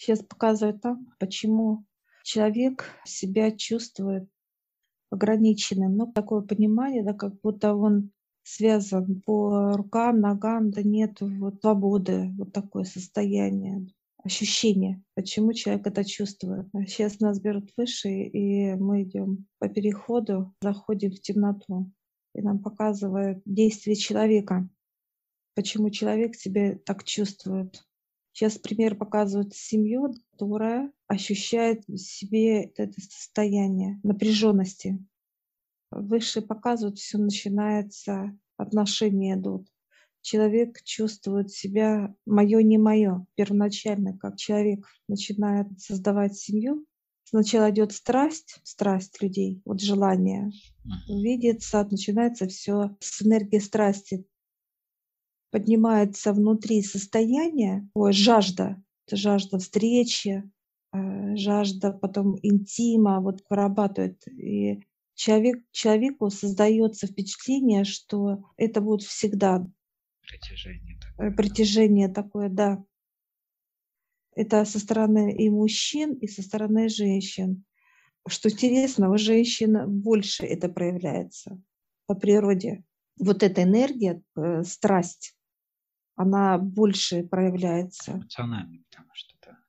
Сейчас показывает нам, почему человек себя чувствует ограниченным. Ну, такое понимание, да, как будто он связан по рукам, ногам, да нет вот свободы, вот такое состояние, ощущение, почему человек это чувствует. Сейчас нас берут выше, и мы идем по переходу, заходим в темноту, и нам показывают действие человека, почему человек себя так чувствует. Сейчас пример показывают семью, которая ощущает в себе это состояние напряженности. Выше показывают, все начинается, отношения идут. Человек чувствует себя мое не мое. Первоначально, как человек начинает создавать семью, сначала идет страсть, страсть людей, вот желание Мгм. увидеться, начинается все с энергии страсти. Поднимается внутри состояние, жажда, это жажда встречи, жажда потом интима, вот вырабатывает. И человеку создается впечатление, что это будет всегда, Притяжение такое, да. притяжение такое, да. Это со стороны и мужчин, и со стороны женщин. Что интересно, у женщин больше это проявляется по природе. Вот эта энергия, страсть, она больше проявляется. Эмоционально, потому что, да,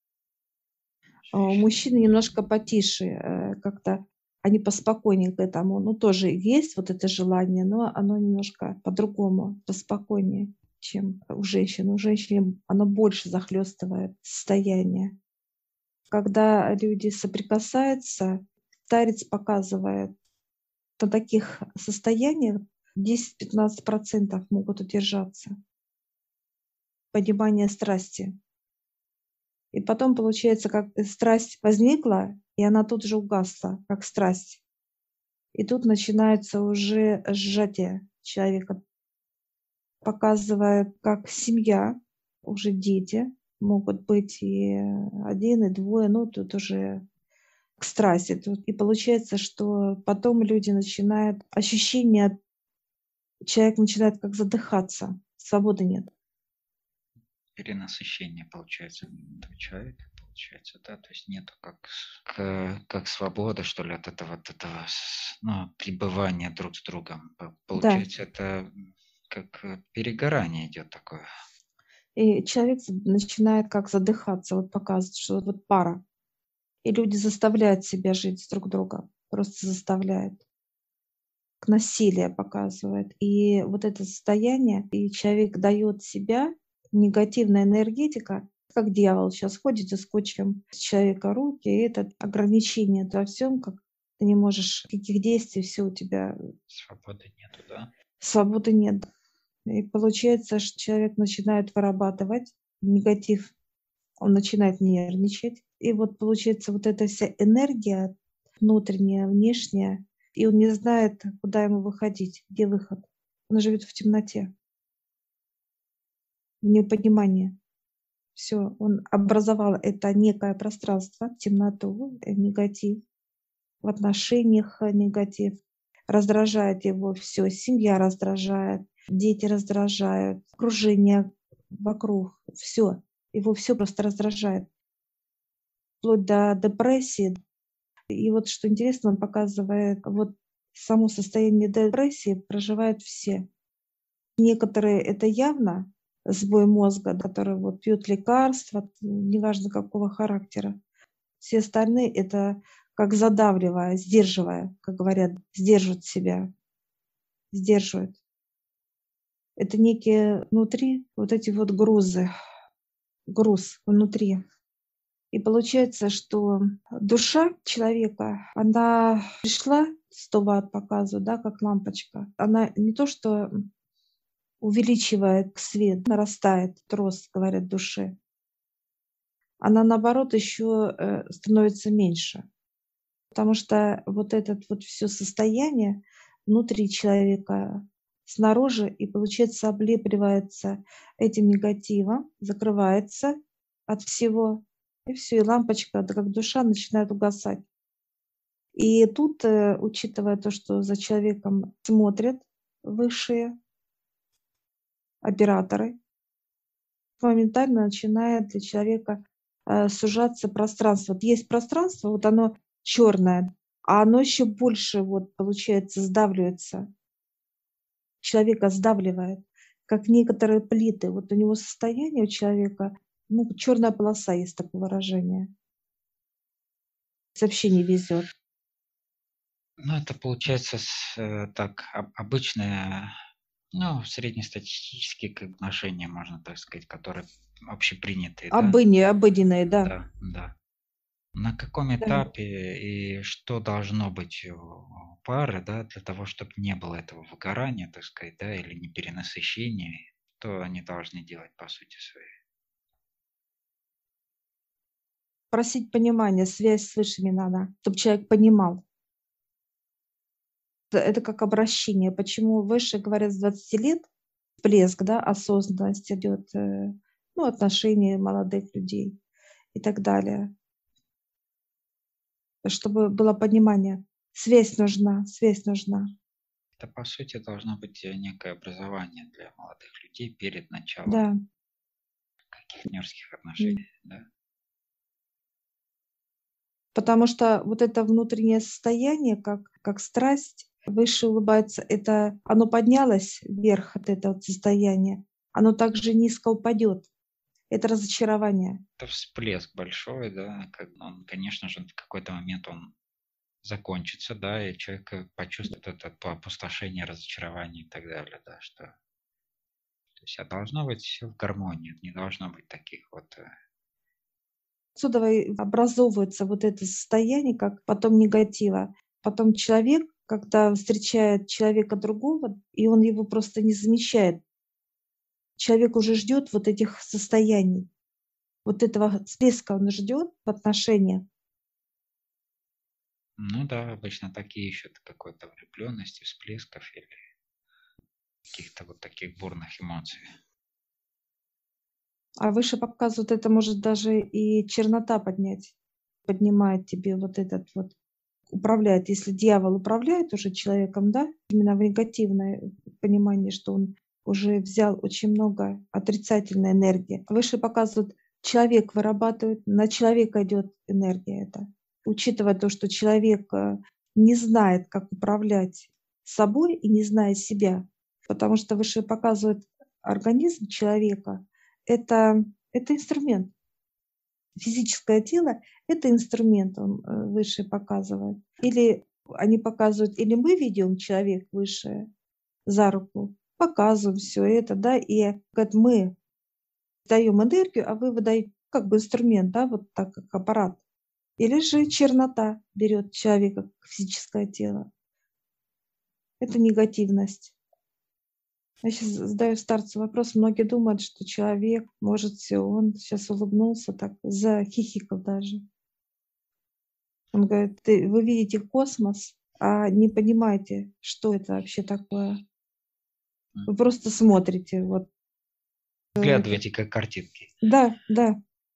У женщины мужчин немножко потише, как-то они поспокойнее к этому. Ну, тоже есть вот это желание, но оно немножко по-другому, поспокойнее, чем у женщин. У женщин оно больше захлестывает состояние. Когда люди соприкасаются, старец показывает, на таких состояниях 10-15% могут удержаться. Понимание страсти. И потом получается, как страсть возникла, и она тут же угасла, как страсть. И тут начинается уже сжатие человека, показывая, как семья, уже дети, могут быть и один, и двое, ну тут уже к страсти. И получается, что потом люди начинают ощущение, человек начинает как задыхаться, свободы нет. перенасыщение получается этого человека, получается, да, то есть нету как свобода, что ли, от этого, ну, пребывания друг с другом. Да, Получается, это как перегорание идет такое. и человек начинает как задыхаться, вот показывает, что вот пара. И люди заставляют себя жить с друг другом, просто заставляют. К насилию показывает. И вот это состояние, и человек дает себя, негативная энергетика, как дьявол сейчас ходит за скотчем с человека руки, и это ограничение во всем, как ты не можешь, каких действий, все у тебя Свободы нету, да? свободы нет. И получается, что человек начинает вырабатывать негатив, он начинает нервничать. И вот получается вот эта вся энергия внутренняя, внешняя, и он не знает, куда ему выходить, где выход. Он живет в темноте, в непонимании. Все, он образовал это некое пространство, темноту, негатив, в отношениях негатив. Раздражает его все, семья раздражает, дети раздражают, окружение вокруг, все. Его все просто раздражает, вплоть до депрессии. И вот что интересно, он показывает, вот само состояние депрессии проживают все. Некоторые это явно сбой мозга, который вот пьют лекарства, неважно какого характера. Все остальные это как задавливая, сдерживая, как говорят, сдерживают себя, сдерживают. Это некие внутри вот эти вот грузы, груз внутри. И получается, что душа человека, она пришла, 100 Вт показывает, да, как лампочка. Она не то что увеличивает свет, нарастает рост, говорят, души, она наоборот еще становится меньше. Потому что вот это вот все состояние внутри человека, снаружи, и получается облепливается этим негативом, закрывается от всего, и все, и лампочка, да как душа, начинает угасать. И тут, учитывая то, что за человеком смотрят высшие операторы, моментально начинает для человека сужаться пространство. Вот есть пространство, вот оно черное, а оно еще больше, вот, получается, сдавливается. Человека сдавливает, как некоторые плиты. Вот у него состояние у человека, ну, черная полоса, есть такое выражение. Вообще не везет. Ну, это получается так, обычное, ну, среднестатистические отношения, можно так сказать, которые общепринятые, да? Обыденные, да. Да, да. На каком Да. этапе и что должно быть у пары, да, для того, чтобы не было этого выгорания, так сказать, да, или неперенасыщения, то они должны делать по сути своей. Просить понимания, связь с высшими надо, чтобы человек понимал. Это как обращение. Почему высшие говорят с 20 лет, всплеск, да, осознанность идет, ну, отношения молодых людей и так далее. Чтобы было понимание. Связь нужна, связь нужна. Это по сути должно быть некое образование для молодых людей перед началом Да. каких партнерских отношений, да? Потому что вот это внутреннее состояние, как страсть, выше улыбается, это оно поднялось вверх от этого состояния, оно также низко упадет. Это разочарование. Это всплеск большой, да, он, конечно же, в какой-то момент он закончится, да, и человек почувствует это опустошение, разочарование и так далее, да, что, то есть, должно быть все в гармонии, не должно быть таких вот. Отсюда и образовывается вот это состояние, как потом негатива. Потом человек, когда встречает человека другого, и он его просто не замечает, человек уже ждет вот этих состояний, вот этого всплеска он ждет в отношениях. Ну да, обычно такие ищут какой-то влюбленности, всплесков или каких-то вот таких бурных эмоций. А выше показывают, это может даже и чернота поднять, поднимает тебе вот этот вот, управляет. Если дьявол управляет уже человеком, да, именно в негативное понимание, что он уже взял очень много отрицательной энергии. Выше показывают, человек вырабатывает, на человека идет энергия эта. Учитывая то, что человек не знает, как управлять собой и не зная себя, потому что выше показывает организм человека, это инструмент. Физическое тело — это инструмент, он выше показывает. Или они показывают, или мы ведем человек выше за руку, показываем все это, да, и говорят, мы даем энергию, а вы выдаете как бы инструмент, да, вот так как аппарат. Или же чернота берет человека, как физическое тело. Это негативность. Я сейчас задаю старцу вопрос. Многие думают, что человек, может, все, он сейчас улыбнулся, так захихикал даже. Он говорит: Вы видите космос, а не понимаете, что это вообще такое. Вы просто смотрите, вот, это". Вглядывайте как картинки. Да, да.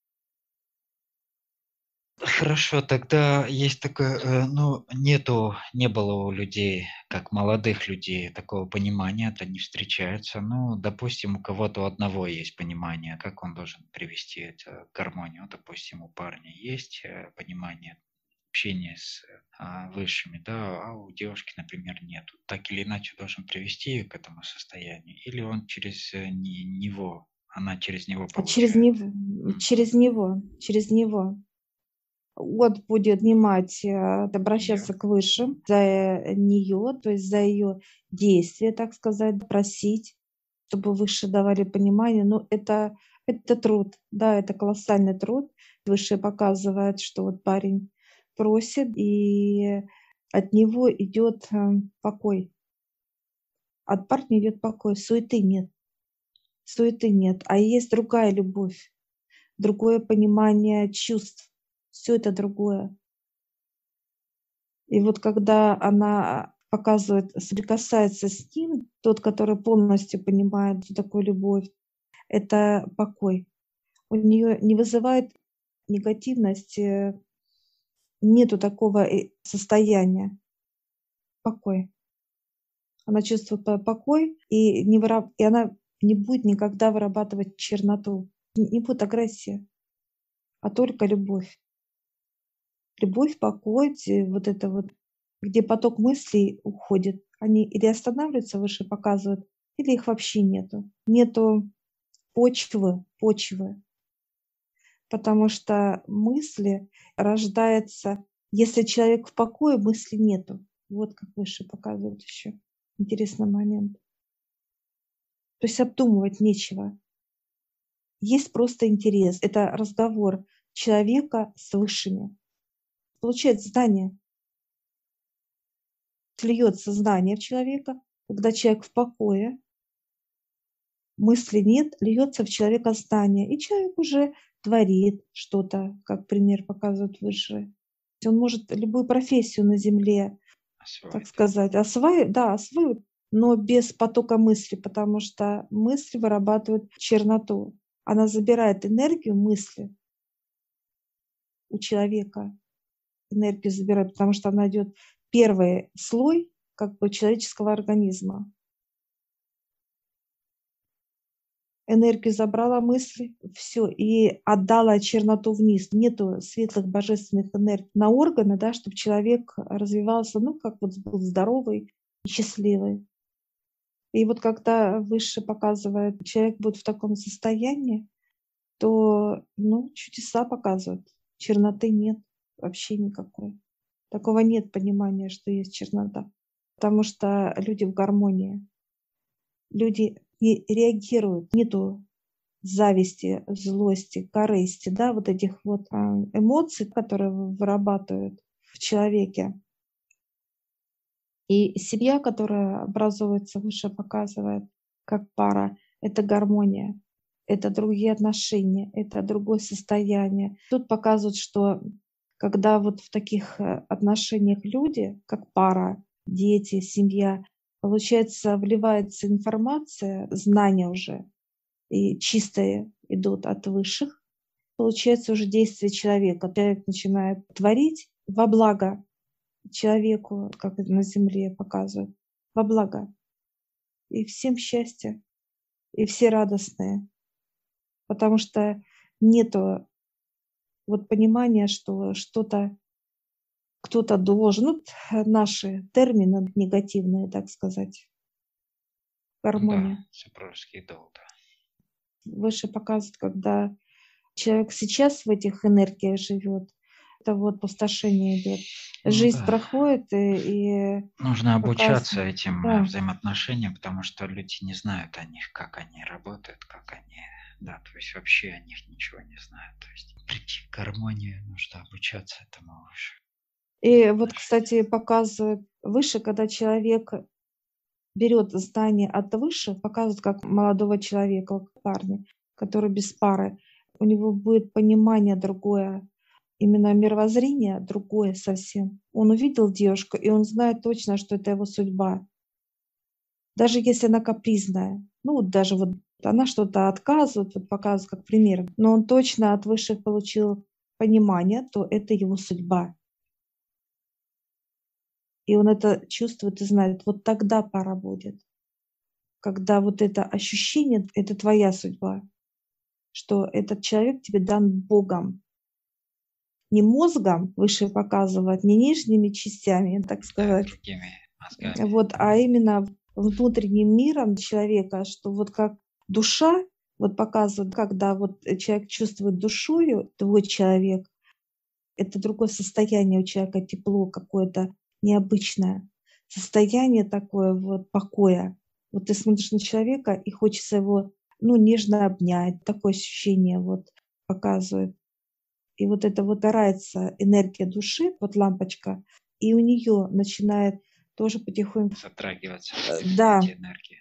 Хорошо, тогда есть такое, ну, не было у людей, как молодых людей, такого понимания, это не встречается. Ну, допустим, у кого-то у одного есть понимание, как он должен привести это в гармонию. Допустим, у парня есть понимание общения с высшими, да, а у девушки, например, нет. Так или иначе должен привести ее к этому состоянию, или он через него, она через него А через получает. него, через него. Вот будет внимать, Её. обращаться к высшим за нее, то есть за ее действия, так сказать, просить, чтобы выше давали понимание. Но это труд, да, это колоссальный труд. Высшее показывает, что вот парень просит, и от него идет покой. От парня идет покой, суеты нет, а есть другая любовь, другое понимание чувств. Все это другое. И вот когда она показывает, соприкасается с ним, тот, который полностью понимает, что такое любовь, это покой. У нее не вызывает негативность, нету такого состояния. Покой. Она чувствует покой, и она не будет никогда вырабатывать черноту, не будет агрессии. а только любовь. Любовь, покой, вот это вот, где поток мыслей уходит, они или останавливаются, выше показывают, или их вообще нету. Нету почвы, потому что мысли рождаются, если человек в покое, мысли нету. Вот как выше показывают еще. Интересный момент. То есть обдумывать нечего. Есть просто интерес. Это разговор человека с высшими. Получает знание. Льется знание в человека, когда человек в покое, мысли нет, льется в человека знание. И человек уже творит что-то, как пример показывают высшие. Он может любую профессию на земле, так Освоить. сказать, освоить, но без потока мысли, потому что мысли вырабатывают черноту. Она забирает энергию мысли у человека, энергию забирает, потому что она идет первый слой как бы человеческого организма. Энергию забрала мысли, все, и отдала черноту вниз. Нету светлых божественных энергий на органы, да, чтобы человек развивался, ну, как вот был здоровый и счастливый. И вот когда выше показывает, человек будет в таком состоянии, то, ну, чудеса показывают. Черноты нет вообще никакой. Такого нет понимания, что есть чернота. Потому что люди в гармонии. Люди не реагируют, нету зависти, злости, корысти, да, вот этих вот эмоций, которые вырабатывают в человеке. И семья, которая образуется, выше показывает, как пара, это гармония, это другие отношения, это другое состояние. Тут показывают, что когда вот в таких отношениях люди, как пара, дети, семья, получается, вливается информация, знания уже, и чистые идут от высших, получается уже действие человека. Человек начинает творить во благо человеку, как это на земле показывают, во благо. И всем счастье, и все радостные. Потому что нету вот понимания, что что-то кто-то должен. Ну, наши термины негативные, так сказать. Да, Гармония. супружеский долг, да. Выше показывает, когда человек сейчас в этих энергиях живет, это вот пустошение идет. Ну Жизнь да. проходит и Нужно обучаться показывает. этим Да. взаимоотношениям, потому что люди не знают о них, как они работают, как они, да, то есть вообще о них ничего не знают. То есть прийти к гармонии нужно обучаться этому уже. И вот, кстати, показывают выше, когда человек берет знания от высших, показывают как молодого человека, как парня, который без пары. У него будет понимание другое, именно мировоззрение другое совсем. Он увидел девушку, и он знает точно, что это его судьба. Даже если она капризная. Ну, вот даже вот она что-то отказывает, вот показывает как пример. Но он точно от высших получил понимание, то это его судьба. И он это чувствует и знает. Вот тогда пора будет. Когда вот это ощущение — это твоя судьба, что этот человек тебе дан Богом. Не мозгом выше показывать, не нижними частями, так Да, сказать, другими мозгами. вот, а именно внутренним миром человека, что вот как душа, вот показывает, когда вот человек чувствует душою, твой человек, это другое состояние у человека, тепло какое-то необычное, состояние такое вот покоя. Вот ты смотришь на человека и хочется его, ну, нежно обнять, такое ощущение вот показывает. И вот это вот горается энергия души, вот лампочка, и у нее начинает тоже потихоньку, Затрагиваться да, эти энергии.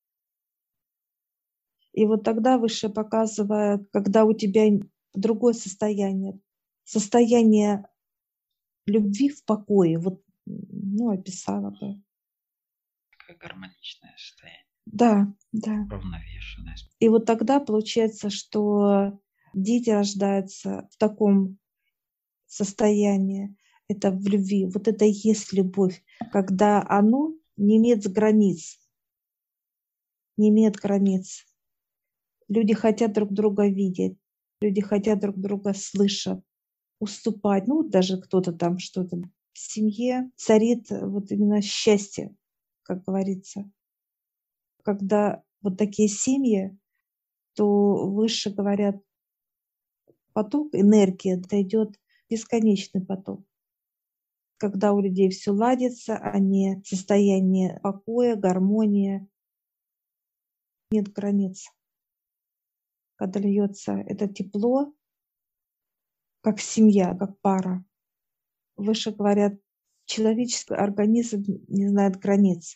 и вот тогда выше показывает, когда у тебя другое состояние любви в покое, вот, ну, описала бы. Такое гармоничное состояние, Да, да. равновешенное. И вот тогда получается, что дети рождаются в таком состоянии, это в любви. Вот это и есть любовь, когда оно не имеет границ, не имеет границ. Люди хотят друг друга видеть. Люди хотят друг друга, слышат, уступать. Ну, вот даже кто-то там что-то. В семье царит вот именно счастье, как говорится. Когда вот такие семьи, то выше, говорят, поток, энергия, это идет бесконечный поток. Когда у людей все ладится, они в состоянии покоя, гармонии, нет границ. Когда льется это тепло, как семья, как пара. Выше говорят, человеческий организм не знает границ.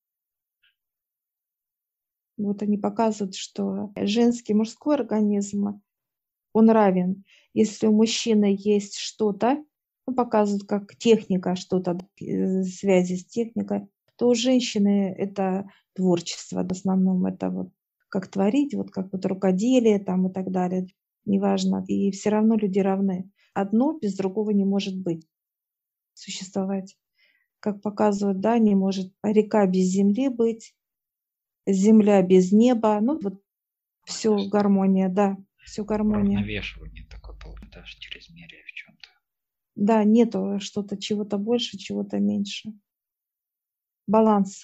Вот они показывают, что женский, мужской организм, он равен. Если у мужчины есть что-то, ну, показывают, как техника, что-то, связи с техникой, то у женщины это творчество. В основном это вот как творить, вот как вот рукоделие там и так далее. Неважно. И все равно люди равны. Одно без другого не может быть, существовать. Как показывают, да, не может река без земли быть, земля без неба. Ну, вот все гармония, да, все гармония. Уравновешивание такое, даже чрезмерие в чем-то. Да, нету что-то, чего-то больше, чего-то меньше. Баланс.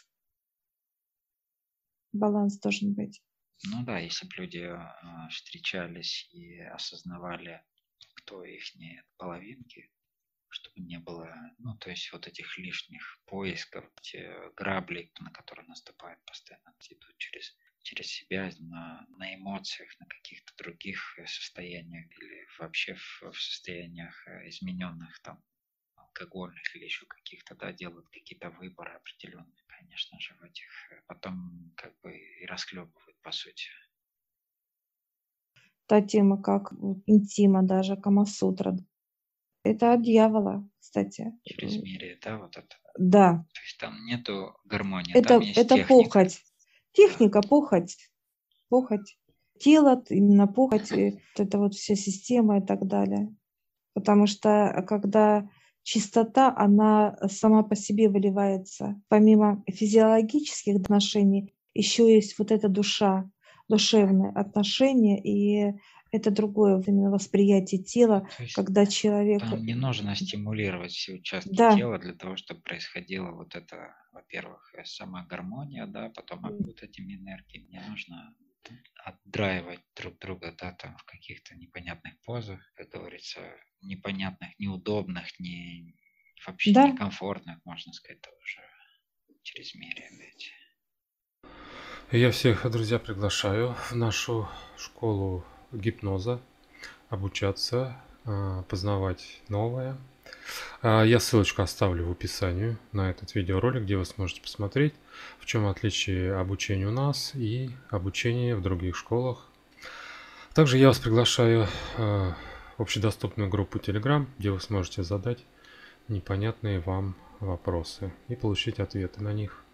Баланс должен быть. Ну да, если бы люди встречались и осознавали, кто их половинки, чтобы не было, ну, то есть вот этих лишних поисков, те грабли, на которые наступают постоянно, идут через себя, на эмоциях, на каких-то других состояниях или вообще в состояниях измененных там алкогольных или еще каких-то, да, делают какие-то выборы определенные, конечно же, в этих, потом как бы и расхлебывают, по сути. Та тема, как вот интима даже, Камасутра. Это от дьявола, кстати. Чрезмерие, да, вот это. Да. То есть там нету гармонии, там есть Это техника. похоть. Техника, похоть. Похоть. Тело, именно похоть, и вот это вот вся система и так далее. Потому что когда чистота, она сама по себе выливается. Помимо физиологических отношений, еще есть вот эта душа, душевные отношения, и это другое именно восприятие тела, То есть когда человек... там не нужно стимулировать все участки Да, тела для того, чтобы происходило вот это, во-первых, сама гармония, да, потом вот этими энергиями. Не нужно отдраивать друг друга, да, там в каких-то непонятных позах, как говорится, непонятных, неудобных, вообще да. некомфортных, можно сказать, тоже чрезмерие. Я всех, друзья, приглашаю в нашу школу гипноза обучаться, познавать новое. Я ссылочку оставлю в описании на этот видеоролик, где вы сможете посмотреть, в чем отличие обучения у нас и обучения в других школах. Также я вас приглашаю в общедоступную группу Telegram, где вы сможете задать непонятные вам вопросы и получить ответы на них.